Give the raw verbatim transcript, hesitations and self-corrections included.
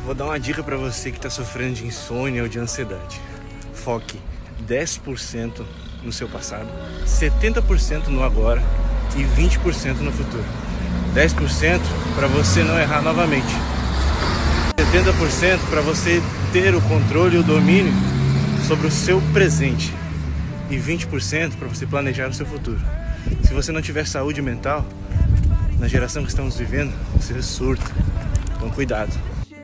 Vou dar uma dica para você que está sofrendo de insônia ou de ansiedade. Foque dez por cento no seu passado, setenta por cento no agora e vinte por cento no futuro. dez por cento para você não errar novamente. setenta por cento para você ter o controle e o domínio sobre o seu presente. E vinte por cento para você planejar o seu futuro. Se você não tiver saúde mental, na geração que estamos vivendo, você surta. Então cuidado.